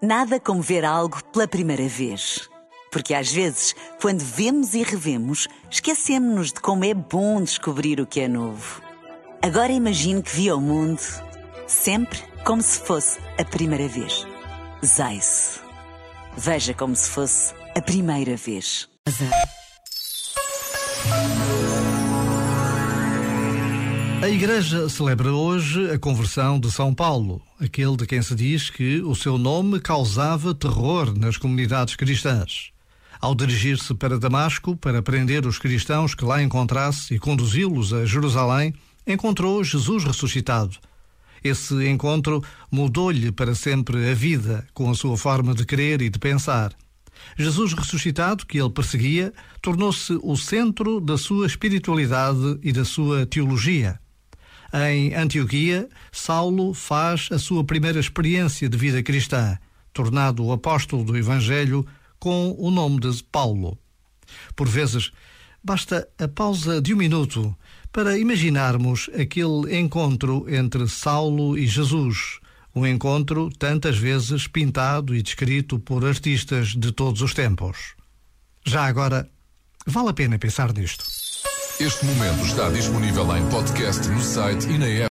Nada como ver algo pela primeira vez. Porque às vezes, quando vemos e revemos, esquecemos-nos de como é bom descobrir o que é novo. Agora imagine que viu o mundo sempre como se fosse a primeira vez. Zais. Veja como se fosse a primeira vez. A Igreja celebra hoje a conversão de São Paulo, aquele de quem se diz que o seu nome causava terror nas comunidades cristãs. Ao dirigir-se para Damasco para prender os cristãos que lá encontrasse e conduzi-los a Jerusalém, encontrou Jesus ressuscitado. Esse encontro mudou-lhe para sempre a vida, com a sua forma de crer e de pensar. Jesus ressuscitado, que ele perseguia, tornou-se o centro da sua espiritualidade e da sua teologia. Em Antioquia, Saulo faz a sua primeira experiência de vida cristã, tornado o apóstolo do Evangelho com o nome de Paulo. Por vezes, basta a pausa de um minuto para imaginarmos aquele encontro entre Saulo e Jesus, um encontro tantas vezes pintado e descrito por artistas de todos os tempos. Já agora, vale a pena pensar nisto. Este momento está disponível em podcast no site e na app.